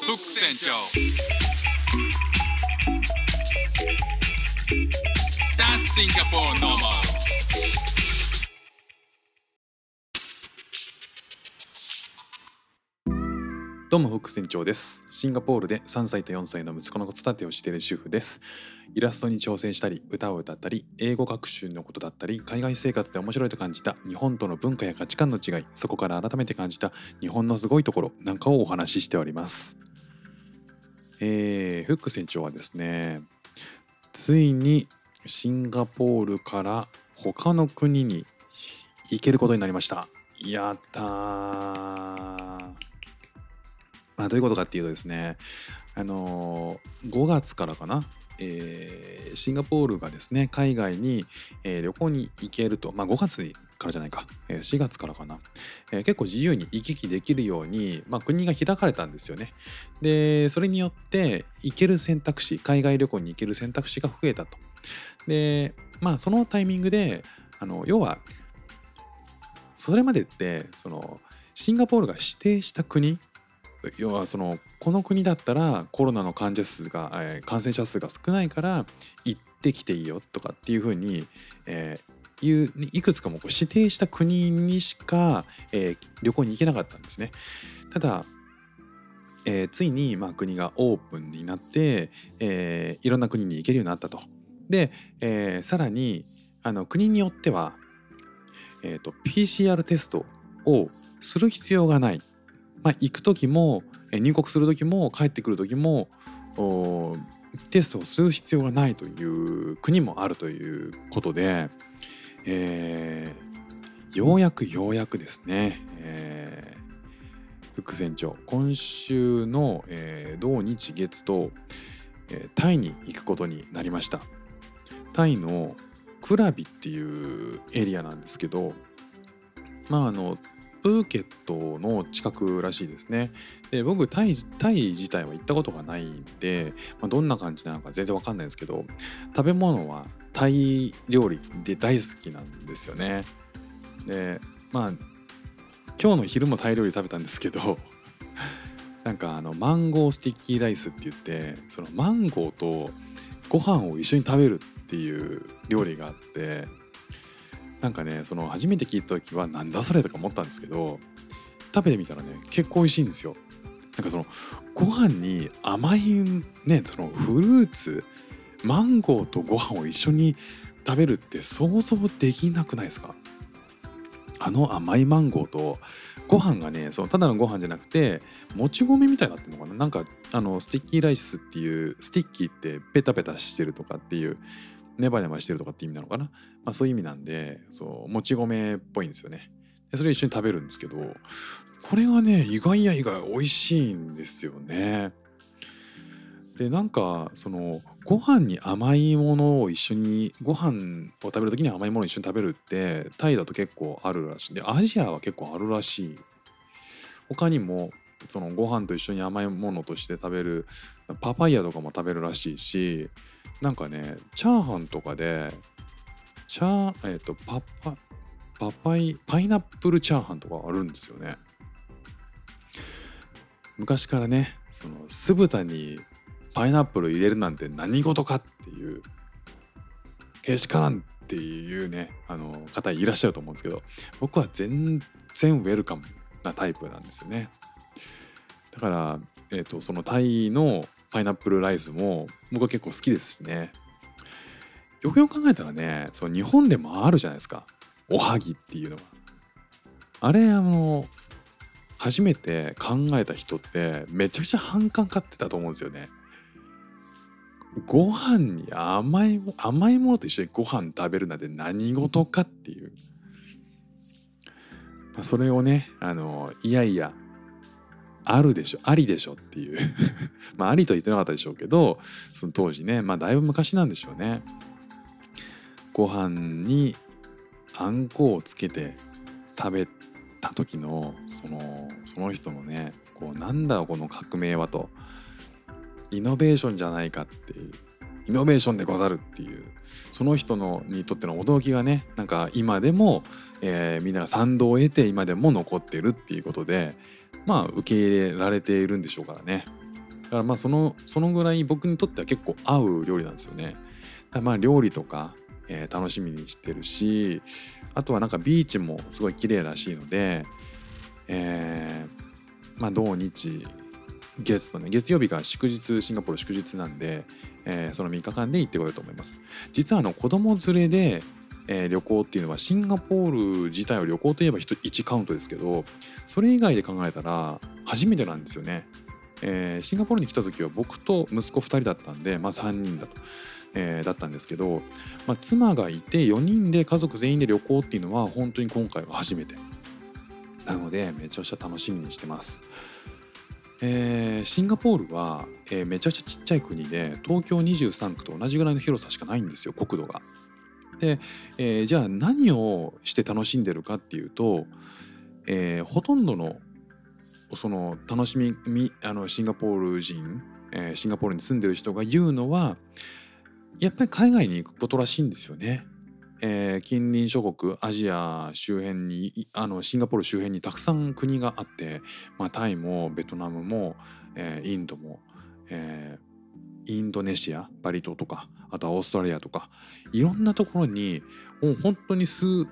フック船長 That's Singapore normal。 どうもフック船長です。シンガポールで3歳と4歳の息子の子育てをしている主婦です。イラストに挑戦したり、歌を歌ったり、英語学習のことだったり、海外生活で面白いと感じた日本との文化や価値観の違い、そこから改めて感じた日本のすごいところなんかをお話ししております。フック船長はですね、ついにシンガポールから他の国に行けることになりました。やったー。どういうことかっていうとですね、5月からかな、シンガポールがですね海外に、旅行に行けると、5月からじゃないか、4月からかな、結構自由に行き来できるように、国が開かれたんですよね。でそれによって行ける選択肢、海外旅行に行ける選択肢が増えたと。でそのタイミングで要はそれまでってシンガポールが指定した国、要はこの国だったらコロナの患者数が、感染者数が少ないから行ってきていいよとかっていう風に、いくつかも指定した国にしか、旅行に行けなかったんですね。ただ、ついに国がオープンになって、いろんな国に行けるようになったと。で、さらに国によっては、PCR テストをする必要がない。行く時も入国する時も帰ってくる時もテストをする必要がないという国もあるということで、ようやくですね、副船長今週の、土日月と、タイに行くことになりました。タイのクラビっていうエリアなんですけど、プーケットの近くらしいですね。で僕タイ自体は行ったことがないんで、どんな感じなのか全然わかんないんですけど、食べ物はタイ料理で大好きなんですよね。で今日の昼もタイ料理食べたんですけどなんかマンゴースティッキーライスって言って、そのマンゴーとご飯を一緒に食べるっていう料理があって、なんかね初めて聞いた時はなんだそれとか思ったんですけど、食べてみたらね結構美味しいんですよ。なんかご飯に甘いねフルーツ、マンゴーとご飯を一緒に食べるって想像できなくないですか？甘いマンゴーとご飯がねただのご飯じゃなくてもち米みたいになってるのかな。なんかスティッキーライスっていう、スティッキーってペタペタしてるとかっていう、ネバネバしてるとかって意味なのかな。そういう意味なんで、もち米っぽいんですよね。でそれを一緒に食べるんですけど、これがね意外や意外美味しいんですよね。でなんかご飯に甘いものを一緒に、ご飯を食べる時に甘いものを一緒に食べるってタイだと結構あるらしい。でアジアは結構あるらしい。他にもご飯と一緒に甘いものとして食べるパパイヤとかも食べるらしいし、なんかねチャーハンとかでパイナップルチャーハンとかあるんですよね。昔からね酢豚にパイナップル入れるなんて何事かっていう、けしからんっていうね方いらっしゃると思うんですけど、僕は全然ウェルカムなタイプなんですよね。だから、そのタイのパイナップルライスも僕は結構好きですしね。よくよく考えたらね日本でもあるじゃないですか、おはぎっていうのが。あれ初めて考えた人ってめちゃくちゃ反感買ってたと思うんですよね。ご飯に甘いものと一緒にご飯食べるなんて何事かっていう、それをねいやいやあるでしょ、ありでしょっていうありとは言ってなかったでしょうけど、その当時ねだいぶ昔なんでしょうね。ご飯にあんこをつけて食べた時のその人のねなんだこの革命はと、イノベーションじゃないかっていう、イノベーションでござるっていう、その人にとっての驚きがねなんか今でも、みんなが賛同を得て今でも残ってるっていうことで受け入れられているんでしょうからね。 だからまあそのぐらい僕にとっては結構合う料理なんですよね。だからまあ料理とか、楽しみにしてるし、あとはなんかビーチもすごい綺麗らしいので、まあ土日月とね、月曜日が祝日、シンガポール祝日なんで、その3日間で行ってこようと思います。実は子供連れで、旅行っていうのはシンガポール自体は旅行といえば1カウントですけど、それ以外で考えたら初めてなんですよね。シンガポールに来た時は僕と息子2人だったんで、まあ、3人だと、だったんですけど、まあ、妻がいて4人で家族全員で旅行っていうのは本当に今回は初めてなので、めちゃくちゃ楽しみにしてます。シンガポールは、めちゃくちゃちっちゃい国で、東京23区と同じぐらいの広さしかないんですよ、国土が。で、じゃあ何をして楽しんでるかっていうと、ほとんどのその楽しみシンガポール人、シンガポールに住んでる人が言うのは、やっぱり海外に行くことらしいんですよね。近隣諸国アジア周辺にシンガポール周辺にたくさん国があって、まあ、タイもベトナムも、インドも、インドネシアバリ島とか、あとはオーストラリアとか、いろんなところにもう本当に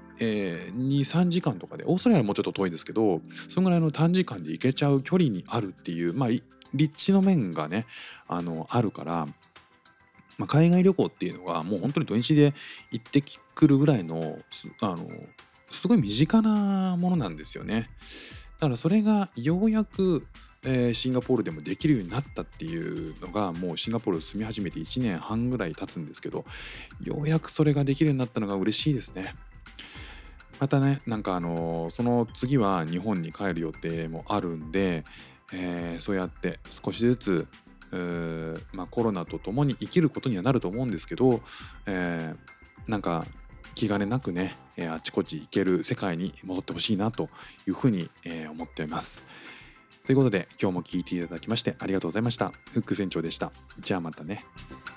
2、3時間とかで、オーストラリアはもうちょっと遠いですけど、そのぐらいの短時間で行けちゃう距離にあるっていう、まあ立地の面がねあるから、まあ、海外旅行っていうのがもう本当に土日で行ってくるぐらいのすごい身近なものなんですよね。だからそれがようやく、シンガポールでもできるようになったっていうのが、もうシンガポール住み始めて1年半ぐらい経つんですけど、ようやくそれができるようになったのが嬉しいですね。またね、なんかその次は日本に帰る予定もあるんで、そうやって少しずつまあ、コロナと共に生きることにはなると思うんですけど、なんか気兼ねなくね、あちこち行ける世界に戻ってほしいなというふうに、思っています。ということで今日も聞いていただきましてありがとうございました。フック船長でした。じゃあまたね。